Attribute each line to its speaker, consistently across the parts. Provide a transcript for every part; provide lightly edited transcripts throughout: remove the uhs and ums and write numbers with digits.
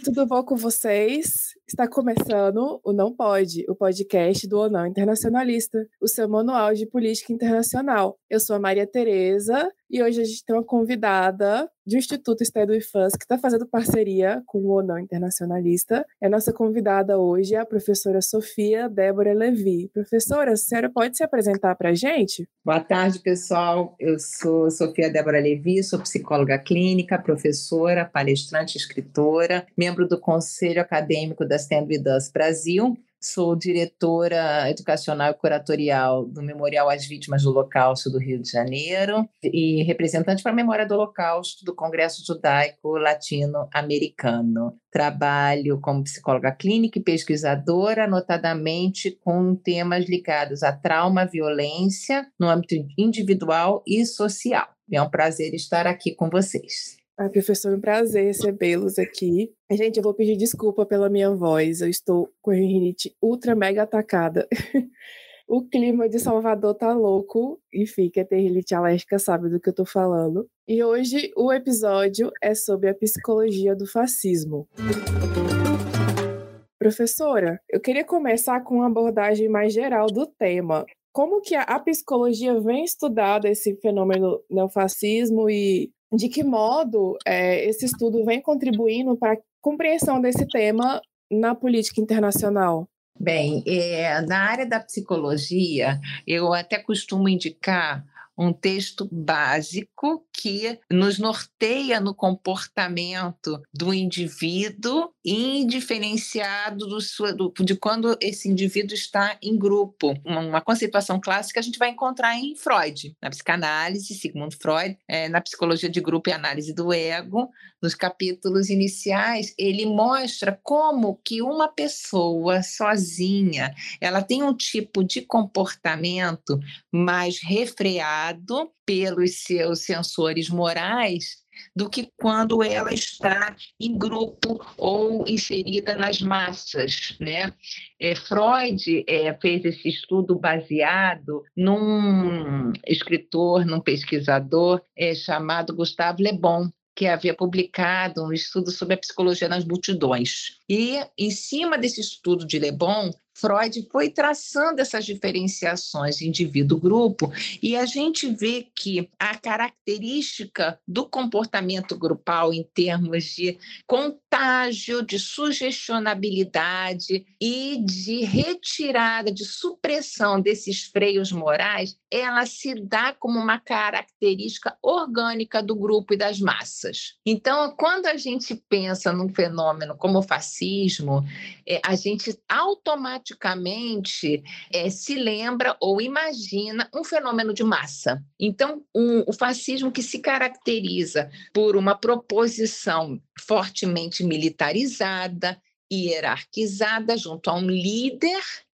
Speaker 1: tudo bom com vocês? Está começando o Não Pode, o podcast do ONAM Internacionalista, o seu manual de política internacional. Eu sou a Maria Tereza e hoje a gente tem uma convidada do Instituto Estado IFAS que está fazendo parceria com o ONAM Internacionalista. A nossa convidada hoje é a professora Sofia Débora Levi. Professora, a senhora pode se apresentar para a gente?
Speaker 2: Boa tarde, pessoal. Eu sou Sofia Débora Levi, sou psicóloga clínica, professora, palestrante, escritora, membro do Conselho Acadêmico da Stand With Us Brasil. Sou diretora educacional e curatorial do Memorial às Vítimas do Holocausto do Rio de Janeiro e representante para a Memória do Holocausto do Congresso Judaico Latino-Americano. Trabalho como psicóloga clínica e pesquisadora, notadamente com temas ligados a trauma, violência no âmbito individual e social. É um prazer estar aqui com vocês.
Speaker 1: Professor, um prazer recebê-los aqui. Gente, eu vou pedir desculpa pela minha voz, eu estou com a rinite ultra mega atacada. O clima de Salvador tá louco, enfim, quem tem rinite alérgica sabe do que eu tô falando. E hoje o episódio é sobre a psicologia do fascismo. Professora, eu queria começar com uma abordagem mais geral do tema. Como que a psicologia vem estudando esse fenômeno neofascismo e de que modo esse estudo vem contribuindo para a compreensão desse tema na política internacional?
Speaker 2: Bem, na área da psicologia, eu até costumo indicar um texto básico que nos norteia no comportamento do indivíduo, indiferenciado de quando esse indivíduo está em grupo. Uma conceituação clássica a gente vai encontrar em Freud, na psicanálise, Sigmund Freud, na psicologia de grupo e análise do ego. Nos capítulos iniciais, ele mostra como que uma pessoa sozinha, ela tem um tipo de comportamento mais refreado pelos seus sensores morais do que quando ela está em grupo ou inserida nas massas, né? Freud fez esse estudo baseado num escritor, num pesquisador chamado Gustave Le Bon, que havia publicado um estudo sobre a psicologia nas multidões. E, em cima desse estudo de Le Bon, Freud foi traçando essas diferenciações indivíduo-grupo e a gente vê que a característica do comportamento grupal em termos de contágio, de sugestionabilidade e de retirada, de supressão desses freios morais, ela se dá como uma característica orgânica do grupo e das massas. Então, quando a gente pensa num fenômeno como o fascismo, a gente automaticamente se lembra ou imagina um fenômeno de massa. Então, o fascismo que se caracteriza por uma proposição fortemente militarizada, hierarquizada junto a um líder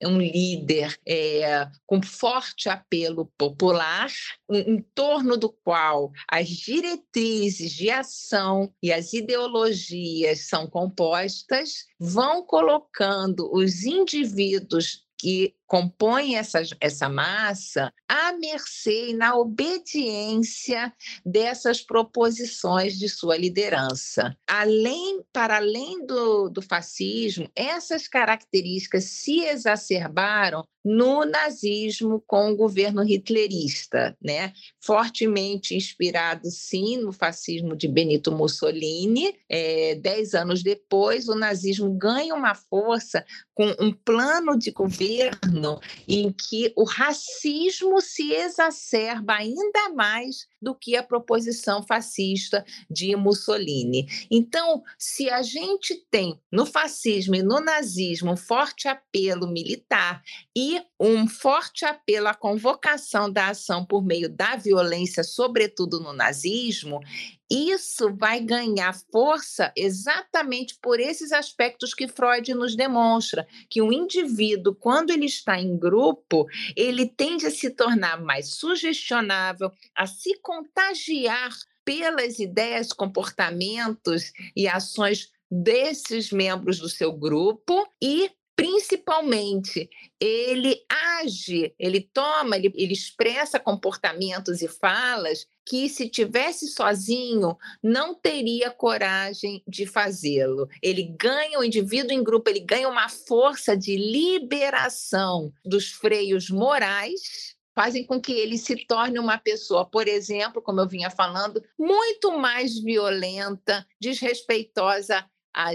Speaker 2: com forte apelo popular, em torno do qual as diretrizes de ação e as ideologias são compostas, vão colocando os indivíduos que compõem essa massa à mercê e na obediência dessas proposições de sua liderança. Para além do fascismo, essas características se exacerbaram no nazismo com o governo hitlerista, né? Fortemente inspirado, sim, no fascismo de Benito Mussolini. 10 anos depois, o nazismo ganha uma força com um plano de governo em que o racismo se exacerba ainda mais do que a proposição fascista de Mussolini. Então, se a gente tem no fascismo e no nazismo um forte apelo militar e um forte apelo à convocação da ação por meio da violência, sobretudo no nazismo, isso vai ganhar força exatamente por esses aspectos que Freud nos demonstra, que o indivíduo, quando ele está em grupo, ele tende a se tornar mais sugestionável, a se contagiar pelas ideias, comportamentos e ações desses membros do seu grupo e principalmente, ele age, ele expressa comportamentos e falas que, se tivesse sozinho, não teria coragem de fazê-lo. Ele ganha, o indivíduo em grupo, ele ganha uma força de liberação dos freios morais, fazem com que ele se torne uma pessoa, por exemplo, como eu vinha falando, muito mais violenta, desrespeitosa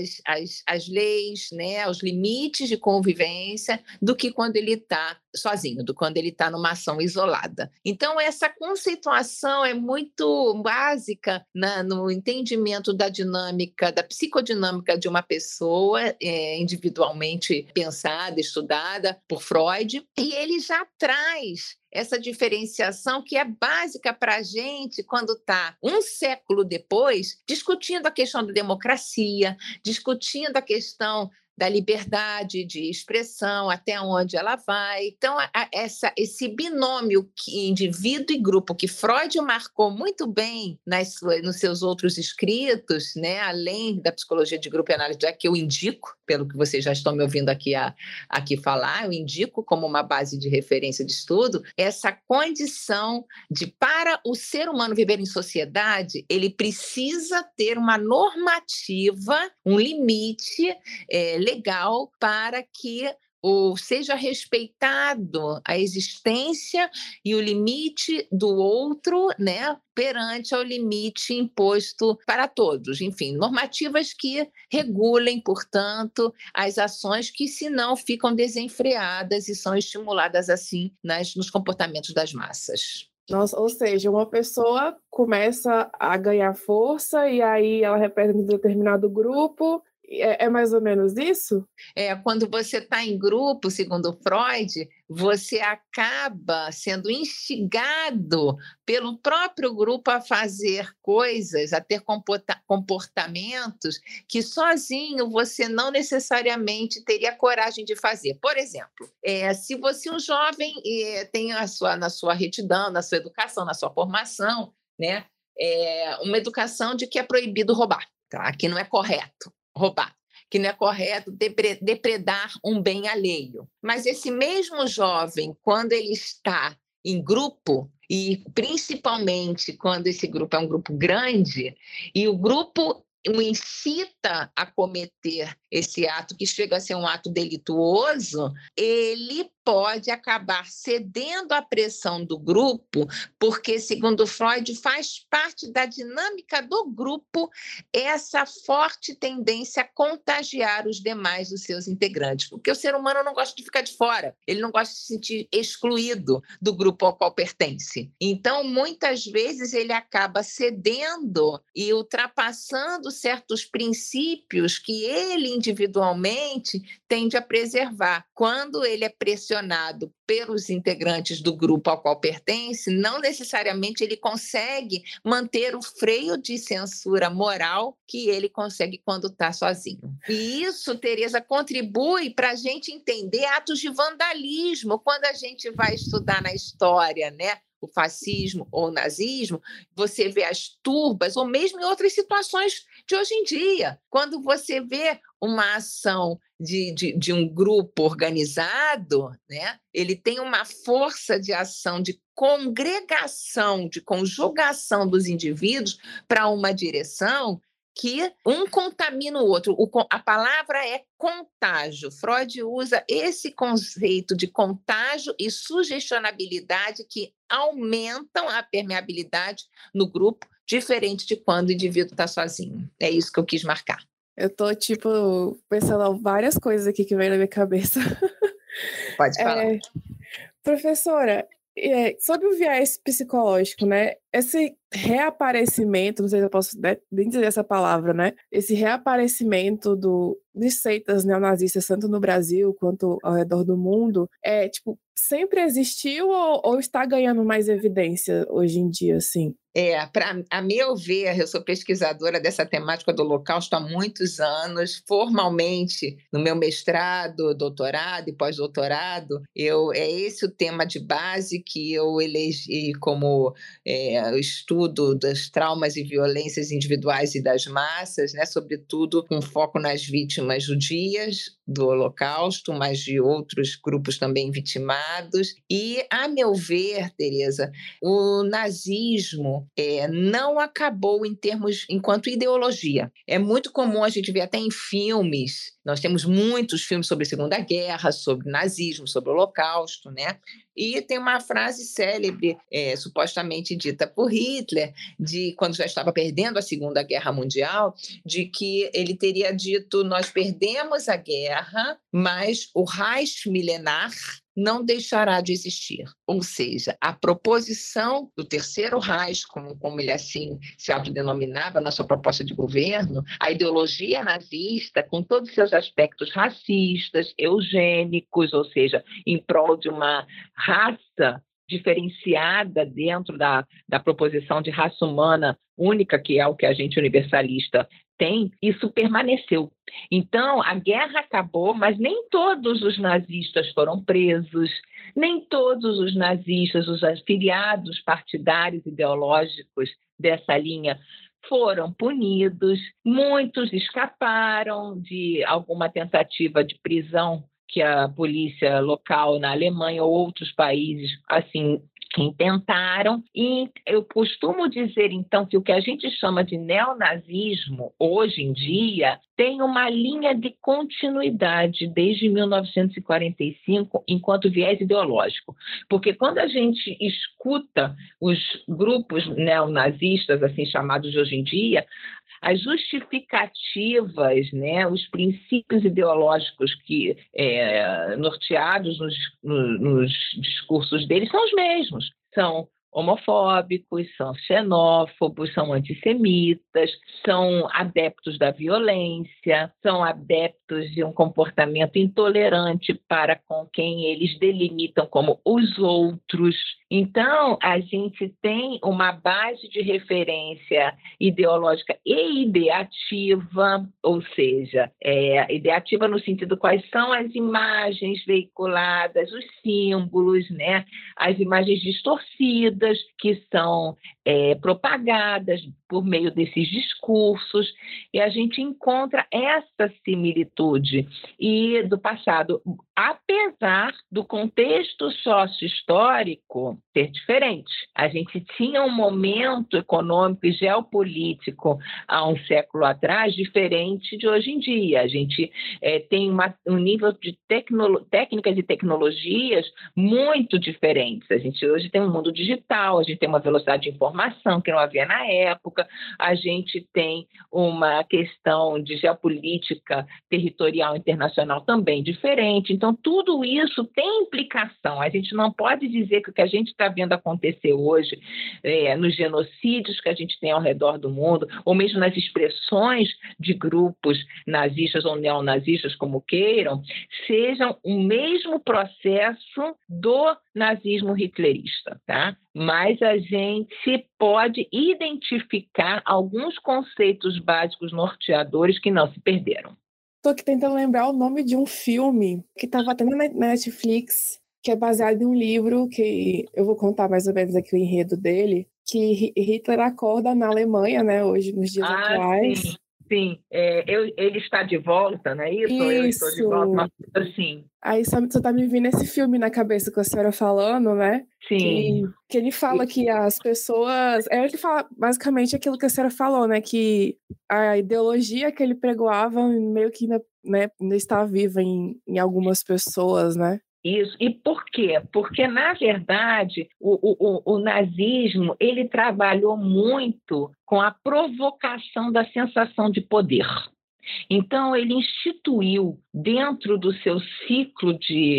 Speaker 2: às leis, né, aos limites de convivência, do que quando ele está sozinho, do que quando ele está numa ação isolada. Então, essa conceituação é muito básica no entendimento da dinâmica, da psicodinâmica de uma pessoa, individualmente pensada, estudada por Freud, e ele já traz essa diferenciação que é básica para a gente quando está um século depois discutindo a questão da democracia, discutindo a questão da liberdade de expressão, até onde ela vai. Então, esse binômio indivíduo e grupo, que Freud marcou muito bem nos seus outros escritos, né, além da psicologia de grupo e análise de que eu indico, pelo que vocês já estão me ouvindo aqui falar, eu indico como uma base de referência de estudo, essa condição de, para o ser humano viver em sociedade, ele precisa ter uma normativa, um limite legal para que seja respeitado a existência e o limite do outro, né, perante ao limite imposto para todos. Enfim, normativas que regulem, portanto, as ações que, senão, ficam desenfreadas e são estimuladas assim nos comportamentos das massas.
Speaker 1: Nossa, ou seja, uma pessoa começa a ganhar força e aí ela representa um determinado grupo. É mais ou menos isso?
Speaker 2: Quando você está em grupo, segundo Freud, você acaba sendo instigado pelo próprio grupo a fazer coisas, a ter comportamentos que sozinho você não necessariamente teria coragem de fazer. Por exemplo, se você, um jovem, tem na sua retidão, na sua educação, na sua formação, né, uma educação de que é proibido roubar, tá? Que não é correto roubar, que não é correto depredar um bem alheio. Mas esse mesmo jovem, quando ele está em grupo, e principalmente quando esse grupo é um grupo grande, e o grupo o incita a cometer esse ato, que chega a ser um ato delituoso, ele pode acabar cedendo à pressão do grupo, porque, segundo Freud, faz parte da dinâmica do grupo essa forte tendência a contagiar os demais dos seus integrantes, porque o ser humano não gosta de ficar de fora, ele não gosta de se sentir excluído do grupo ao qual pertence. Então, muitas vezes, ele acaba cedendo e ultrapassando certos princípios que ele individualmente tende a preservar. Quando ele é pressionado pelos integrantes do grupo ao qual pertence, não necessariamente ele consegue manter o freio de censura moral que ele consegue quando está sozinho. E isso, Tereza, contribui para a gente entender atos de vandalismo quando a gente vai estudar na história, né? O fascismo ou o nazismo, você vê as turbas, ou mesmo em outras situações de hoje em dia, quando você vê uma ação de um grupo organizado, né? Ele tem uma força de ação, de congregação, de conjugação dos indivíduos para uma direção que um contamina o outro. A palavra é contágio. Freud usa esse conceito de contágio e sugestionabilidade que aumentam a permeabilidade no grupo, diferente de quando o indivíduo está sozinho. É isso que eu quis marcar.
Speaker 1: Eu tô, pensando em várias coisas aqui que vem na minha cabeça.
Speaker 2: Pode falar.
Speaker 1: Professora, sobre o viés psicológico, né? Esse reaparecimento, não sei se eu posso nem dizer essa palavra, né? Esse reaparecimento de seitas neonazistas, tanto no Brasil quanto ao redor do mundo, sempre existiu ou está ganhando mais evidência hoje em dia, assim?
Speaker 2: A meu ver, eu sou pesquisadora dessa temática do Holocausto há muitos anos, formalmente no meu mestrado, doutorado e pós-doutorado, é esse o tema de base que eu elegi como estudo estudo dos traumas e violências individuais e das massas, né, sobretudo com foco nas vítimas judias do Holocausto, mas de outros grupos também vitimados. E, a meu ver, Tereza, o nazismo não acabou enquanto ideologia. É muito comum a gente ver até em filmes, nós temos muitos filmes sobre a Segunda Guerra, sobre nazismo, sobre o Holocausto, né? E tem uma frase célebre, supostamente dita por Hitler, de quando já estava perdendo a Segunda Guerra Mundial, de que ele teria dito: nós perdemos a guerra, mas o Reich milenar não deixará de existir. Ou seja, a proposição do Terceiro Reich, como ele assim se autodenominava na sua proposta de governo, a ideologia nazista, com todos os seus aspectos racistas, eugênicos, ou seja, em prol de uma raça diferenciada dentro da proposição de raça humana única, que é o que a gente universalista tem, isso permaneceu. Então, a guerra acabou, mas nem todos os nazistas foram presos, nem todos os nazistas, os afiliados partidários ideológicos dessa linha, foram punidos, muitos escaparam de alguma tentativa de prisão que a polícia local na Alemanha ou outros países assim intentaram. E eu costumo dizer, então, que o que a gente chama de neonazismo, hoje em dia, tem uma linha de continuidade desde 1945, enquanto viés ideológico. Porque quando a gente escuta os grupos neonazistas, assim chamados de hoje em dia, as justificativas, né, os princípios ideológicos que norteados nos discursos deles são os mesmos. São homofóbicos, são xenófobos, são antissemitas, são adeptos da violência, são adeptos de um comportamento intolerante para com quem eles delimitam como os outros. Então, a gente tem uma base de referência ideológica e ideativa, ou seja, ideativa no sentido quais são as imagens veiculadas, os símbolos, né? As imagens distorcidas que são propagadas por meio desses discursos, e a gente encontra essa similitude e do passado, apesar do contexto sócio-histórico ser diferente. A gente tinha um momento econômico e geopolítico há um século atrás diferente de hoje em dia. A gente tem um nível de técnicas e tecnologias muito diferentes. A gente hoje tem um mundo digital, a gente tem uma velocidade de informação que não havia na época, a gente tem uma questão de geopolítica territorial internacional também diferente. Então, tudo isso tem implicação. A gente não pode dizer que o que a gente está vendo acontecer hoje, nos genocídios que a gente tem ao redor do mundo, ou mesmo nas expressões de grupos nazistas ou neonazistas, como queiram, sejam o mesmo processo do nazismo hitlerista, tá? Mas a gente pode identificar alguns conceitos básicos norteadores que não se perderam.
Speaker 1: Estou aqui tentando lembrar o nome de um filme que estava tendo na Netflix, que é baseado em um livro que eu vou contar mais ou menos aqui o enredo dele, que Hitler acorda na Alemanha, né, hoje, nos dias atuais.
Speaker 2: Sim. Ele está de volta, não é isso?
Speaker 1: Isso.
Speaker 2: Eu estou de volta, uma coisa assim.
Speaker 1: Aí só tá me vindo esse filme na cabeça com a senhora falando, né?
Speaker 2: Sim.
Speaker 1: Que ele fala que as pessoas... Ele fala basicamente aquilo que a senhora falou, né? Que a ideologia que ele pregoava meio que ainda está viva em algumas pessoas, né?
Speaker 2: Isso. E por quê? Porque, na verdade, o nazismo ele trabalhou muito com a provocação da sensação de poder. Então, ele instituiu dentro do seu ciclo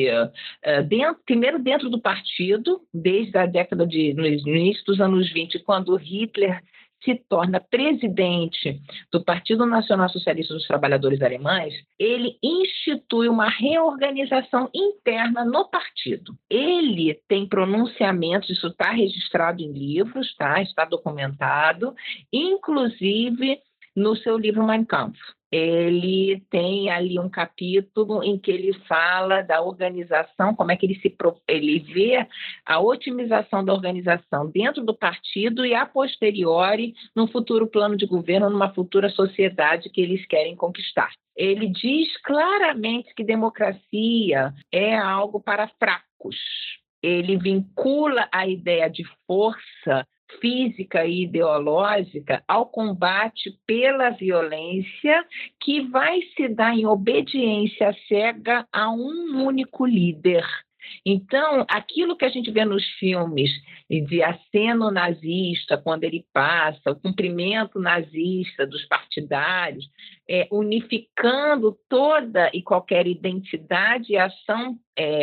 Speaker 2: primeiro dentro do partido, desde a década no início dos anos 20, quando Hitler se torna presidente do Partido Nacional Socialista dos Trabalhadores Alemães, ele institui uma reorganização interna no partido. Ele tem pronunciamentos, isso está registrado em livros, tá? Está documentado, inclusive no seu livro Mein Kampf. ele tem ali um capítulo em que ele fala da organização, como é que ele vê a otimização da organização dentro do partido e, a posteriori, num futuro plano de governo, numa futura sociedade que eles querem conquistar. Ele diz claramente que democracia é algo para fracos. Ele vincula a ideia de força física e ideológica ao combate pela violência, que vai se dar em obediência cega a um único líder. Então, aquilo que a gente vê nos filmes de aceno nazista, quando ele passa, o cumprimento nazista dos partidários, unificando toda e qualquer identidade e ação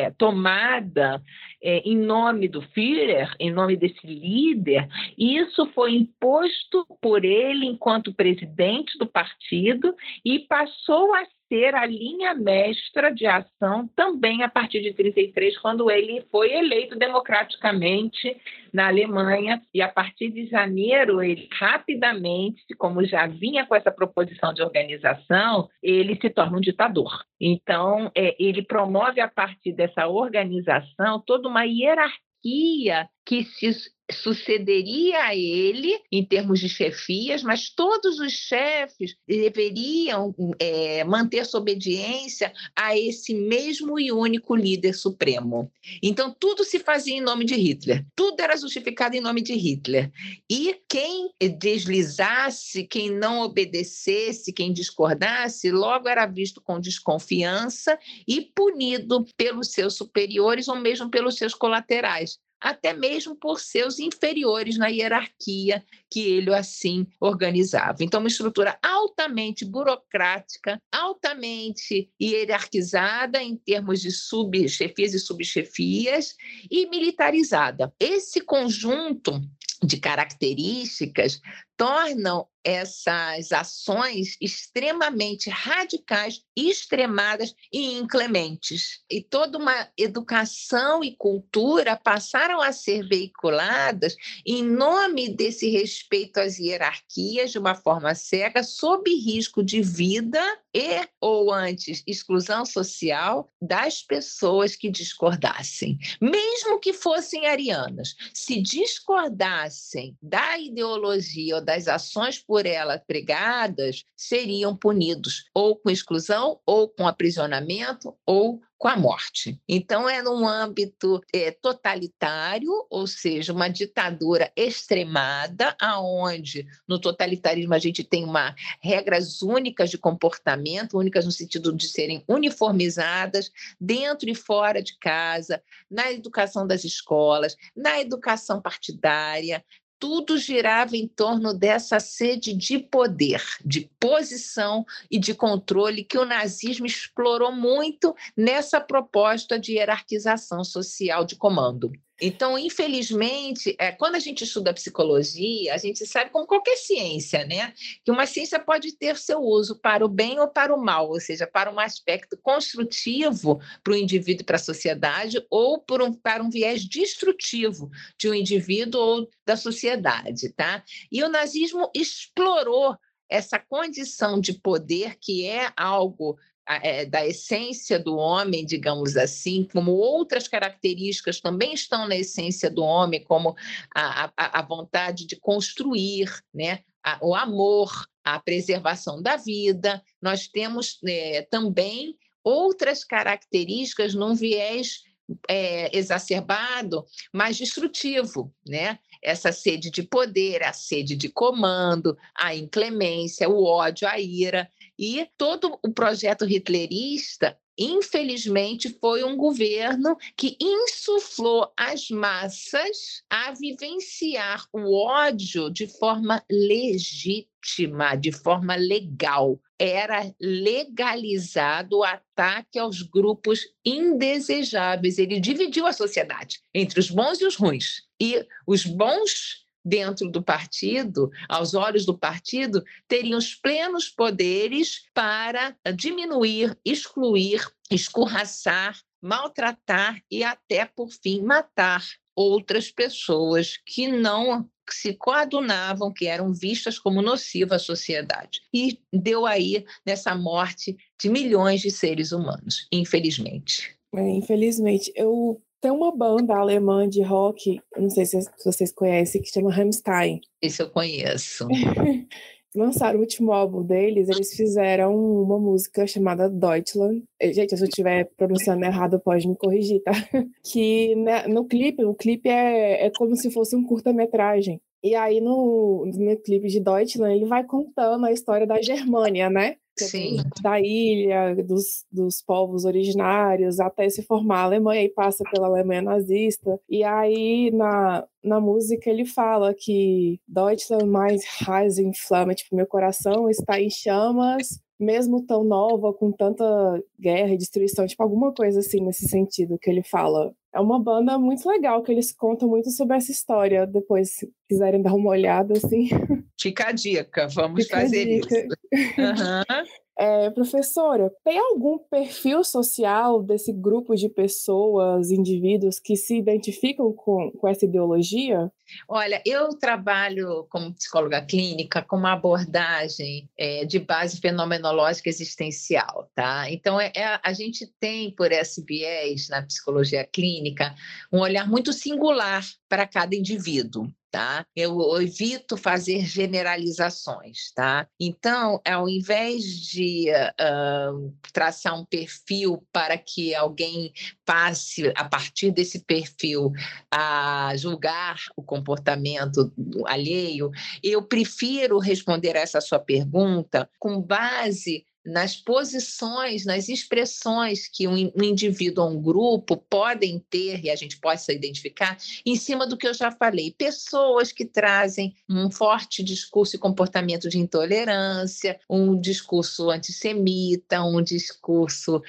Speaker 2: tomada em nome do Führer, em nome desse líder, e isso foi imposto por ele enquanto presidente do partido e passou a ser a linha mestra de ação também a partir de 1933, quando ele foi eleito democraticamente na Alemanha, e a partir de janeiro, ele rapidamente, como já vinha com essa proposição de organização, ele se torna um ditador. Então, ele promove a partir dessa organização toda uma hierarquia que se sucederia a ele em termos de chefias, mas todos os chefes deveriam manter-se obediência a esse mesmo e único líder supremo. Então, tudo se fazia em nome de Hitler, tudo era justificado em nome de Hitler. E quem deslizasse, quem não obedecesse, quem discordasse, logo era visto com desconfiança e punido pelos seus superiores ou mesmo pelos seus colaterais, até mesmo por seus inferiores na hierarquia que ele assim organizava. Então, uma estrutura altamente burocrática, altamente hierarquizada em termos de subchefias e subchefias e militarizada. Esse conjunto de características tornam essas ações extremamente radicais, extremadas e inclementes. E toda uma educação e cultura passaram a ser veiculadas em nome desse respeito às hierarquias de uma forma cega, sob risco de vida e, ou antes, exclusão social das pessoas que discordassem. Mesmo que fossem arianas, se discordassem da ideologia ou das ações por ela pregadas, seriam punidos ou com exclusão, ou com aprisionamento, ou com a morte. Então, é num âmbito totalitário, ou seja, uma ditadura extremada, aonde no totalitarismo a gente tem regras únicas de comportamento, únicas no sentido de serem uniformizadas dentro e fora de casa, na educação das escolas, na educação partidária. Tudo girava em torno dessa sede de poder, de posição e de controle que o nazismo explorou muito nessa proposta de hierarquização social de comando. Então, infelizmente, quando a gente estuda psicologia, a gente sabe, como qualquer ciência, né, que uma ciência pode ter seu uso para o bem ou para o mal, ou seja, para um aspecto construtivo para o indivíduo e para a sociedade, ou para um viés destrutivo de um indivíduo ou da sociedade, tá? E o nazismo explorou essa condição de poder, que é algo da essência do homem, digamos assim, como outras características também estão na essência do homem, como a vontade de construir, né? O amor, a preservação da vida. Nós temos também outras características num viés exacerbado, mas destrutivo, né? Essa sede de poder, a sede de comando, a inclemência, o ódio, a ira. E todo o projeto hitlerista, infelizmente, foi um governo que insuflou as massas a vivenciar o ódio de forma legítima, de forma legal. Era legalizado o ataque aos grupos indesejáveis. Ele dividiu a sociedade entre os bons e os ruins. E os bons, dentro do partido, aos olhos do partido, teriam os plenos poderes para diminuir, excluir, escorraçar, maltratar e até, por fim, matar outras pessoas que não se coadunavam, que eram vistas como nocivas à sociedade. E deu aí nessa morte de milhões de seres humanos, infelizmente.
Speaker 1: Infelizmente. Eu tenho uma banda alemã de rock, eu não sei se vocês conhecem, que chama Rammstein.
Speaker 2: Esse eu conheço.
Speaker 1: Lançaram o último álbum deles, eles fizeram uma música chamada Deutschland. Gente, se eu estiver pronunciando errado, pode me corrigir, tá? Que né, no clipe é como se fosse um curta-metragem. E aí no clipe de Deutschland, ele vai contando a história da Germânia, né?
Speaker 2: Sim.
Speaker 1: Da ilha, dos povos originários, até se formar a Alemanha, e passa pela Alemanha nazista. E aí, na música, ele fala que Deutschland mais Herz in Flamme, tipo, meu coração está em chamas, mesmo tão nova, com tanta guerra e destruição, tipo, alguma coisa assim, nesse sentido que ele fala. É uma banda muito legal, que eles contam muito sobre essa história, depois, se quiserem dar uma olhada, assim.
Speaker 2: Fica a dica, vamos fazer isso.
Speaker 1: Professora, tem algum perfil social desse grupo de pessoas, indivíduos que se identificam com essa ideologia?
Speaker 2: Olha, eu trabalho como psicóloga clínica com uma abordagem de base fenomenológica existencial, tá? Então, a gente tem, por esse viés na psicologia clínica, um olhar muito singular para cada indivíduo. Tá? Eu evito fazer generalizações, tá? Então, ao invés de traçar um perfil para que alguém passe, a partir desse perfil, a julgar o comportamento alheio, eu prefiro responder a essa sua pergunta com base nas posições, nas expressões que um indivíduo ou um grupo podem ter, e a gente pode se identificar, em cima do que eu já falei. Pessoas que trazem um forte discurso e comportamento de intolerância, um discurso antissemita, um discurso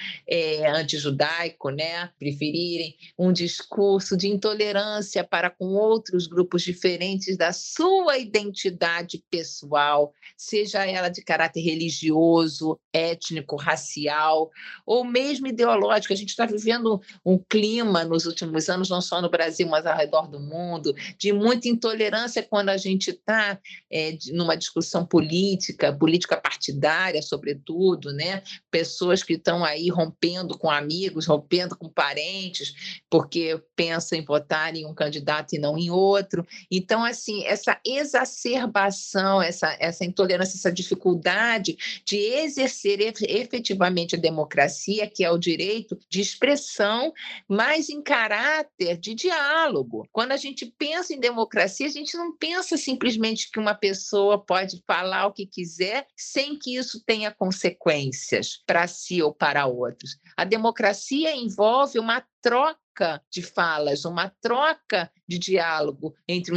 Speaker 2: antijudaico, né? Preferirem, um discurso de intolerância para com outros grupos diferentes da sua identidade pessoal, seja ela de caráter religioso, étnico, racial, ou mesmo ideológico. A gente está vivendo um clima nos últimos anos, não só no Brasil, mas ao redor do mundo, de muita intolerância quando a gente está numa discussão política partidária, sobretudo, né? Pessoas que estão aí rompendo com amigos, rompendo com parentes, porque pensam em votar em um candidato e não em outro. Então, assim, essa exacerbação, essa intolerância, essa dificuldade de exercer efetivamente a democracia, que é o direito de expressão, mas em caráter de diálogo. Quando a gente pensa em democracia, a gente não pensa simplesmente que uma pessoa pode falar o que quiser sem que isso tenha consequências para si ou para outros. A democracia envolve uma troca de falas, uma troca de diálogo entre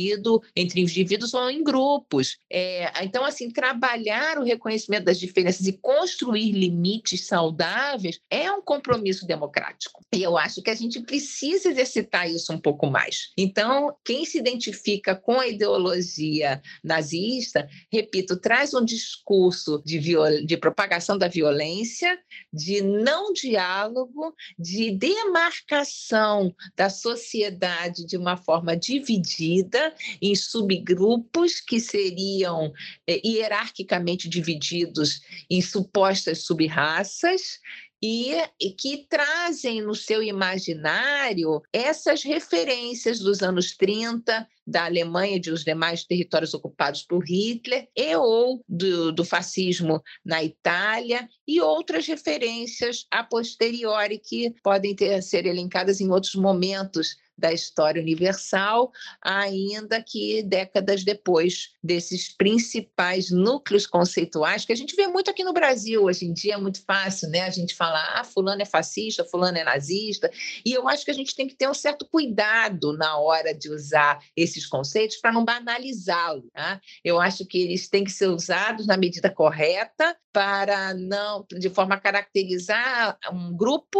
Speaker 2: entre indivíduos ou em grupos. Então, assim, trabalhar o reconhecimento das diferenças e construir limites saudáveis é um compromisso democrático. E eu acho que a gente precisa exercitar isso um pouco mais. Então, quem se identifica com a ideologia nazista, repito, traz um discurso de propagação da violência, de não diálogo, de demarcação da sociedade de uma forma dividida em subgrupos que seriam hierarquicamente divididos em supostas subraças, e que trazem no seu imaginário essas referências dos anos 30, da Alemanha e dos demais territórios ocupados por Hitler, ou do fascismo na Itália, e outras referências a posteriori que podem ser elencadas em outros momentos da história universal, ainda que décadas depois desses principais núcleos conceituais, que a gente vê muito aqui no Brasil hoje em dia. É muito fácil, né? A gente falar, fulano é fascista, fulano é nazista, e eu acho que a gente tem que ter um certo cuidado na hora de usar esses conceitos para não banalizá-los, tá? Eu acho que eles têm que ser usados na medida correta para não, de forma a caracterizar um grupo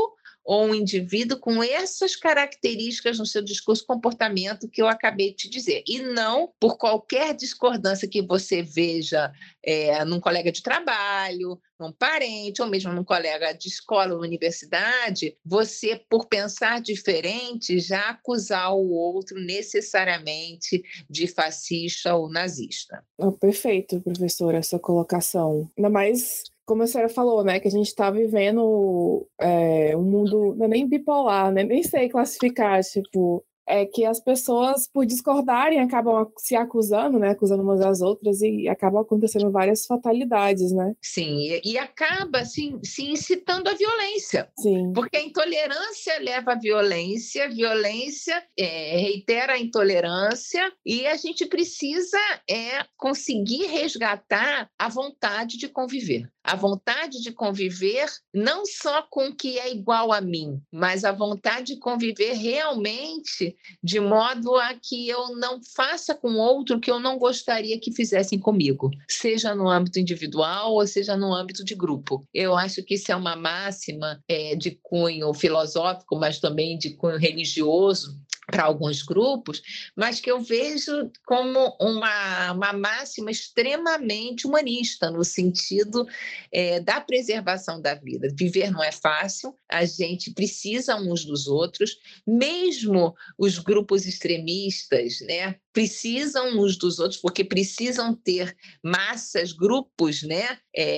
Speaker 2: ou um indivíduo com essas características no seu discurso, comportamento que eu acabei de te dizer. E não por qualquer discordância que você veja num colega de trabalho, num parente, ou mesmo num colega de escola ou universidade, você, por pensar diferente, já acusar o outro necessariamente de fascista ou nazista.
Speaker 1: Perfeito, professora, essa colocação. Ainda mais, como a senhora falou, né, que a gente está vivendo um mundo, não é nem bipolar, né, nem sei classificar, tipo, que as pessoas, por discordarem, acabam se acusando, né, acusando umas às outras, e acabam acontecendo várias fatalidades, né?
Speaker 2: Sim, e acaba se incitando à violência.
Speaker 1: Sim.
Speaker 2: Porque a intolerância leva à violência, a violência reitera a intolerância, e a gente precisa conseguir resgatar a vontade de conviver. A vontade de conviver não só com o que é igual a mim, mas a vontade de conviver realmente de modo a que eu não faça com outro o que eu não gostaria que fizessem comigo, seja no âmbito individual ou seja no âmbito de grupo. Eu acho que isso é uma máxima de cunho filosófico, mas também de cunho religioso, para alguns grupos, mas que eu vejo como uma máxima extremamente humanista, no sentido da preservação da vida. Viver não é fácil, a gente precisa uns dos outros, mesmo os grupos extremistas, né, precisam uns dos outros, porque precisam ter massas, grupos, né,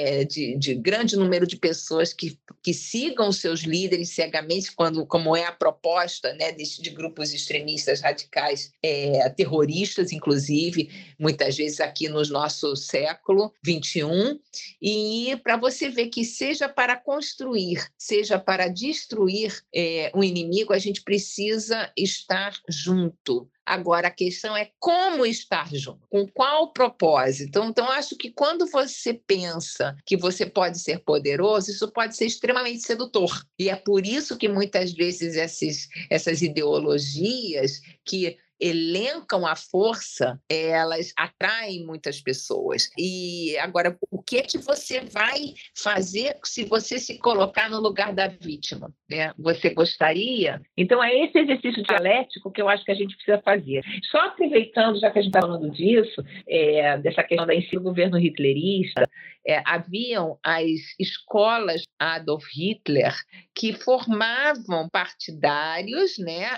Speaker 2: de grande número de pessoas que sigam seus líderes cegamente, como é a proposta, né, de grupos extremistas radicais, terroristas, inclusive, muitas vezes aqui no nosso século XXI, e para você ver que seja para construir, seja para destruir um inimigo, a gente precisa estar junto. Agora, a questão é como estar junto, com qual propósito. Então, acho que quando você pensa que você pode ser poderoso, isso pode ser extremamente sedutor. E é por isso que muitas vezes essas ideologias que elencam a força, elas atraem muitas pessoas. E agora, o que é que você vai fazer se você se colocar no lugar da vítima, né? Você gostaria? Então, é esse exercício dialético que eu acho que a gente precisa fazer. Só aproveitando, já que a gente está falando disso, dessa questão da ensino do governo hitlerista, haviam as escolas Adolf Hitler que formavam partidários, né,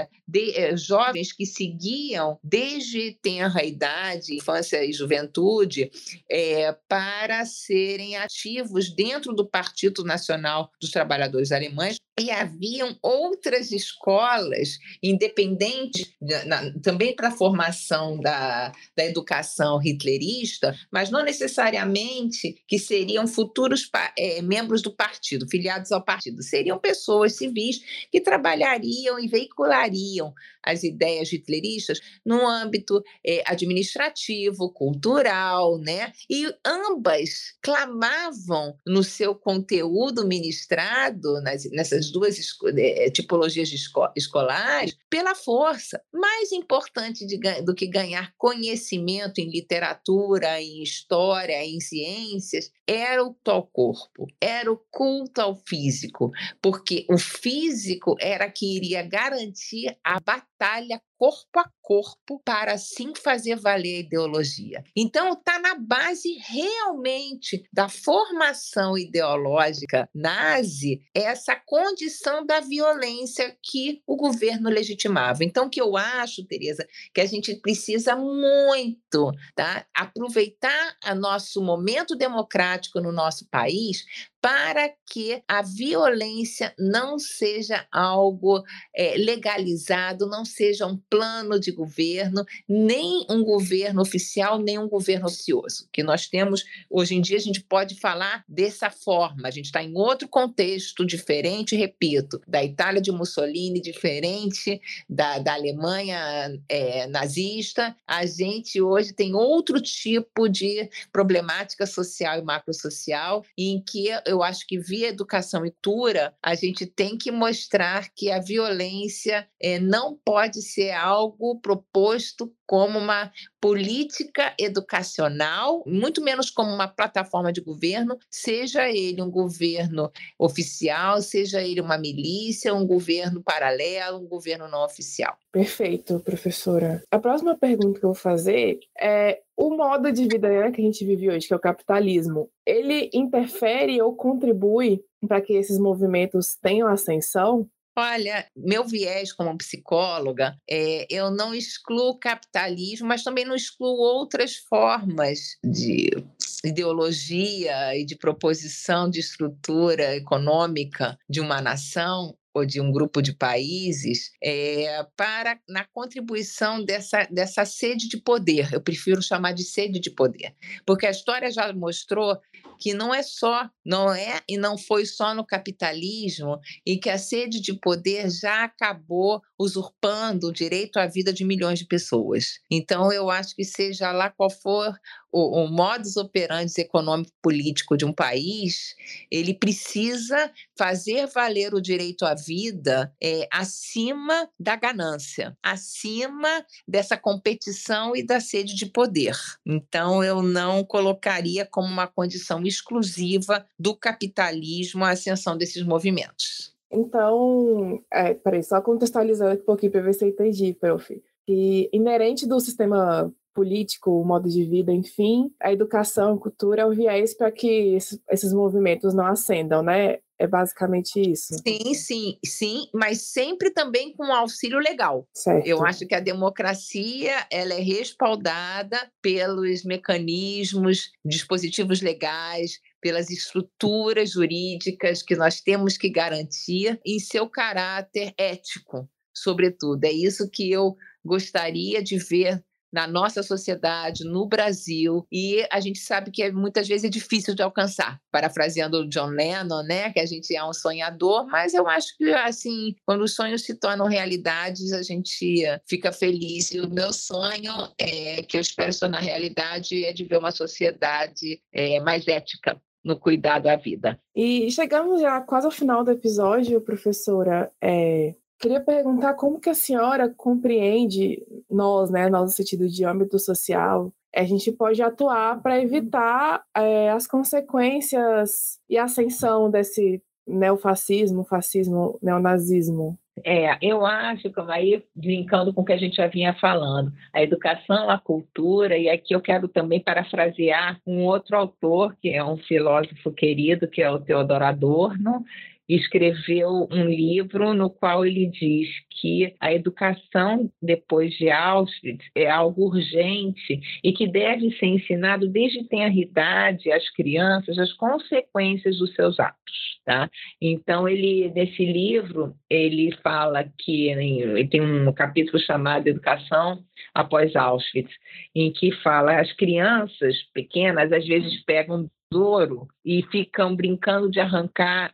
Speaker 2: jovens que seguiam desde tenra idade, infância e juventude, para serem ativos dentro do Partido Nacional dos Trabalhadores Alemães. E haviam outras escolas independentes, também para a formação da educação hitlerista, mas não necessariamente que seriam futuros membros do partido, filiados ao partido. Seriam pessoas civis que trabalhariam e veiculariam as ideias hitleristas no âmbito administrativo, cultural, né? E ambas clamavam no seu conteúdo ministrado, nessas duas tipologias escolares, pela força. Mais importante do que ganhar conhecimento em literatura, em história, em ciências, era o tal corpo, era o culto ao físico, porque o físico era que iria garantir a batalha corpo a corpo para assim fazer valer a ideologia. Então, está na base realmente da formação ideológica nazi essa condição da violência que o governo legitimava. Então, o que eu acho, Tereza, que a gente precisa muito, tá, aproveitar o nosso momento democrático no nosso país para que a violência não seja algo legalizado, não seja um plano de governo, nem um governo oficial, nem um governo ocioso. Que nós temos, hoje em dia, a gente pode falar dessa forma, a gente está em outro contexto diferente, repito, da Itália de Mussolini, diferente da Alemanha nazista, a gente hoje tem outro tipo de problemática social e macrosocial em que eu acho que via educação e cultura, a gente tem que mostrar que a violência não pode ser algo proposto como uma política educacional, muito menos como uma plataforma de governo, seja ele um governo oficial, seja ele uma milícia, um governo paralelo, um governo não oficial.
Speaker 1: Perfeito, professora. A próxima pergunta que eu vou fazer é: o modo de vida, né, que a gente vive hoje, que é o capitalismo, ele interfere ou contribui para que esses movimentos tenham ascensão?
Speaker 2: Olha, meu viés como psicóloga, eu não excluo o capitalismo, mas também não excluo outras formas de ideologia e de proposição de estrutura econômica de uma nação ou de um grupo de países, na contribuição dessa sede de poder. Eu prefiro chamar de sede de poder, porque a história já mostrou que não é e não foi só no capitalismo, e que a sede de poder já acabou usurpando o direito à vida de milhões de pessoas. Então, eu acho que seja lá qual for o modus operandi econômico-político de um país, ele precisa fazer valer o direito à vida acima da ganância, acima dessa competição e da sede de poder. Então, eu não colocaria como uma condição exclusiva do capitalismo a ascensão desses movimentos.
Speaker 1: Então, peraí, só contextualizando aqui um pouquinho para ver se eu entendi, prof. Que inerente do sistema político, o modo de vida, enfim, a educação, a cultura é o viés para que esses movimentos não ascendam, né? É basicamente isso.
Speaker 2: Sim, mas sempre também com auxílio legal.
Speaker 1: Certo.
Speaker 2: Eu acho que a democracia ela é respaldada pelos mecanismos, dispositivos legais, pelas estruturas jurídicas que nós temos que garantir em seu caráter ético, sobretudo. É isso que eu gostaria de ver na nossa sociedade, no Brasil, e a gente sabe que muitas vezes é difícil de alcançar. Parafraseando o John Lennon, né, que a gente é um sonhador, mas eu acho que, assim, quando os sonhos se tornam realidades, a gente fica feliz. E o meu sonho, que eu espero se tornar realidade, é de ver uma sociedade mais ética no cuidado à vida.
Speaker 1: E chegamos já quase ao final do episódio, professora. Queria perguntar como que a senhora compreende nós, né, no sentido de âmbito social, a gente pode atuar para evitar as consequências e a ascensão desse neofascismo, fascismo, neonazismo.
Speaker 2: Eu acho que aí, brincando com o que a gente já vinha falando, a educação, a cultura, e aqui eu quero também parafrasear um outro autor, que é um filósofo querido, que é o Theodor Adorno, escreveu um livro no qual ele diz que a educação depois de Auschwitz é algo urgente e que deve ser ensinado desde tenra idade às crianças as consequências dos seus atos. Tá? Então, nesse livro, ele fala que ele tem um capítulo chamado Educação após Auschwitz, em que fala as crianças pequenas às vezes pegam besouro e ficam brincando de arrancar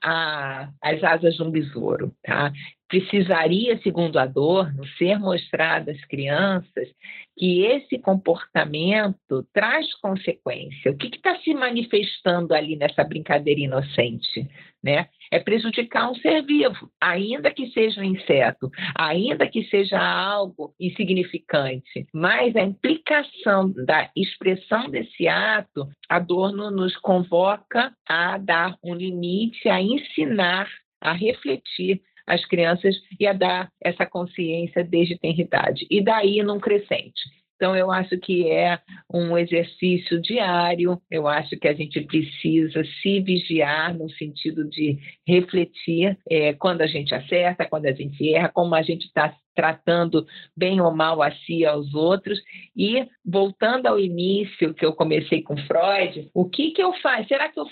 Speaker 2: as asas de um besouro. Tá? Precisaria, segundo Adorno, ser mostrado às crianças que esse comportamento traz consequência. O que está se manifestando ali nessa brincadeira inocente? Né? É prejudicar um ser vivo, ainda que seja um inseto, ainda que seja algo insignificante. Mas a implicação da expressão desse ato, Adorno nos convoca a dar um limite, a ensinar, a refletir as crianças e a dar essa consciência desde tenra idade. E daí num crescente. Então, eu acho que é um exercício diário, eu acho que a gente precisa se vigiar no sentido de refletir quando a gente acerta, quando a gente erra, como a gente está tratando bem ou mal a si e aos outros. E, voltando ao início, que eu comecei com Freud, o que eu faço? Será que eu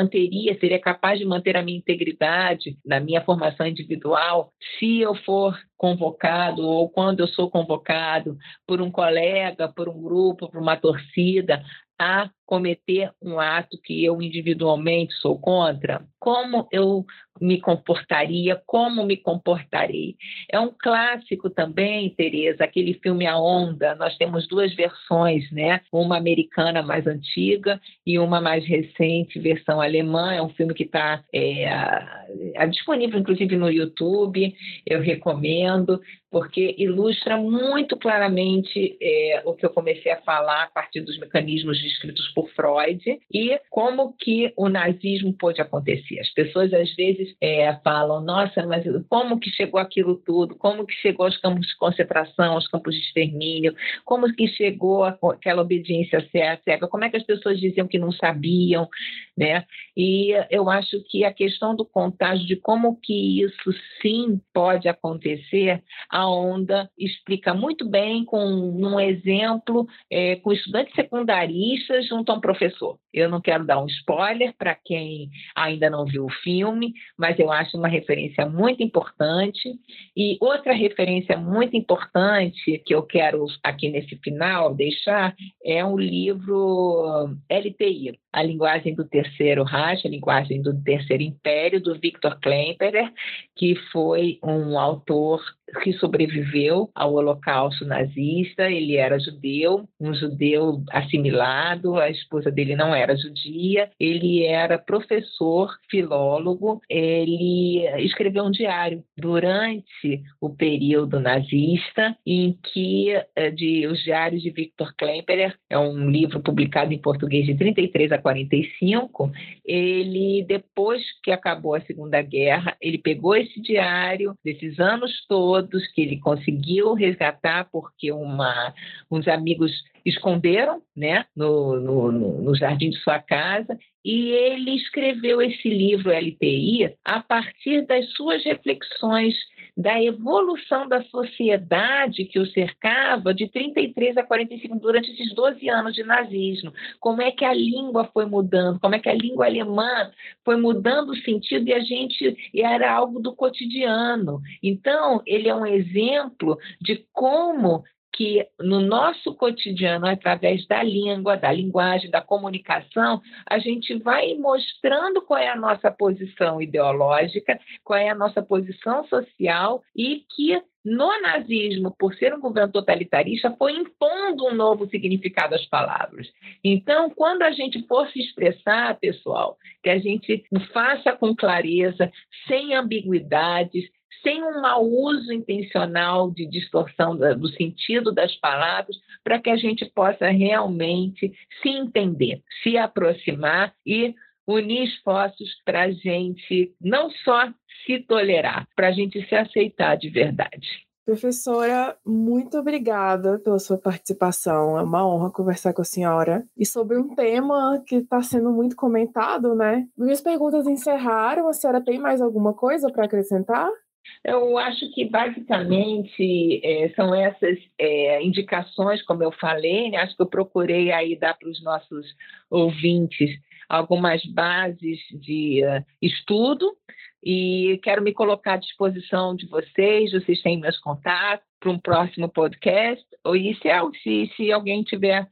Speaker 2: seria capaz de manter a minha integridade na minha formação individual se eu for convocado ou quando eu sou convocado por um colega, por um grupo, por uma torcida, a cometer um ato que eu individualmente sou contra, como eu me comportaria, como me comportarei. É um clássico também, Tereza, aquele filme A Onda. Nós temos duas versões, né? Uma americana mais antiga e uma mais recente, versão alemã. É um filme que está disponível, inclusive, no YouTube. Eu recomendo, porque ilustra muito claramente o que eu comecei a falar a partir dos mecanismos descritos por Freud e como que o nazismo pôde acontecer. As pessoas, às vezes, falam, nossa, mas como que chegou aquilo tudo? Como que chegou aos campos de concentração, aos campos de extermínio? Como que chegou aquela obediência cega? Como é que as pessoas diziam que não sabiam, né? E eu acho que a questão do contágio, de como que isso sim pode acontecer, a Onda explica muito bem com um exemplo, com estudantes secundaristas junto a um professor. Eu não quero dar um spoiler para quem ainda não viu o filme, mas eu acho uma referência muito importante. E outra referência muito importante que eu quero aqui nesse final deixar é um livro LTI, A Linguagem do Terceiro Reich, A Linguagem do Terceiro Império, do Viktor Klemperer, que foi um autor que sobreviveu ao Holocausto nazista. Ele era judeu, um judeu assimilado, a esposa dele não era judia, ele era professor, filólogo, ele escreveu um diário durante o período nazista, em que os diários de Viktor Klemperer, é um livro publicado em português de 33 a 45, ele, depois que acabou a Segunda Guerra, ele pegou esse diário desses anos todos, que ele conseguiu resgatar porque uns amigos esconderam, né, no jardim de sua casa, e ele escreveu esse livro LTI a partir das suas reflexões da evolução da sociedade que o cercava de 33 a 45, durante esses 12 anos de nazismo. Como é que a língua foi mudando, como é que a língua alemã foi mudando o sentido e era algo do cotidiano. Então, ele é um exemplo de como que no nosso cotidiano, através da língua, da linguagem, da comunicação, a gente vai mostrando qual é a nossa posição ideológica, qual é a nossa posição social, e que no nazismo, por ser um governo totalitarista, foi impondo um novo significado às palavras. Então, quando a gente for se expressar, pessoal, que a gente faça com clareza, sem ambiguidades, sem um mau uso intencional de distorção do sentido das palavras, para que a gente possa realmente se entender, se aproximar e unir esforços para a gente não só se tolerar, para a gente se aceitar de verdade.
Speaker 1: Professora, muito obrigada pela sua participação. É uma honra conversar com a senhora. E sobre um tema que está sendo muito comentado, né? Minhas perguntas encerraram. A senhora tem mais alguma coisa para acrescentar?
Speaker 2: Eu acho que, basicamente, são essas indicações, como eu falei, né? Acho que eu procurei aí dar para os nossos ouvintes algumas bases de estudo, e quero me colocar à disposição de vocês têm meus contatos para um próximo podcast, e se alguém tiver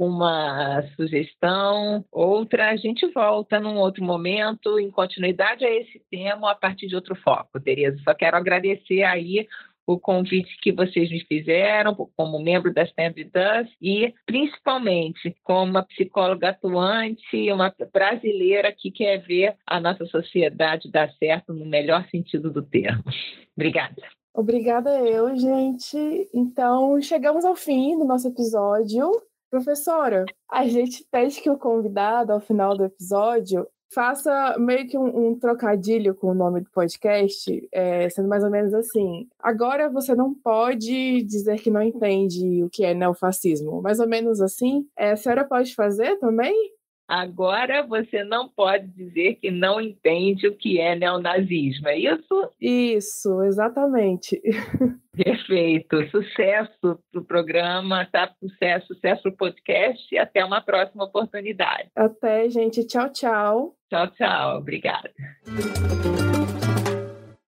Speaker 2: alguma sugestão, outra, a gente volta num outro momento, em continuidade a esse tema, a partir de outro foco, Tereza. Só quero agradecer aí o convite que vocês me fizeram como membro da Stand With Us e, principalmente, como uma psicóloga atuante, uma brasileira que quer ver a nossa sociedade dar certo no melhor sentido do termo. Obrigada.
Speaker 1: Obrigada eu, gente. Então, chegamos ao fim do nosso episódio. Professora, a gente pede que o convidado, ao final do episódio, faça meio que um trocadilho com o nome do podcast, sendo mais ou menos assim. Agora você não pode dizer que não entende o que é neofascismo. Mais ou menos assim. A senhora pode fazer também?
Speaker 2: Agora você não pode dizer que não entende o que é neonazismo, é isso?
Speaker 1: Isso, exatamente.
Speaker 2: Perfeito. Sucesso para o programa, tá? Sucesso para o podcast e até uma próxima oportunidade.
Speaker 1: Até, gente. Tchau, tchau.
Speaker 2: Tchau, tchau. Obrigada.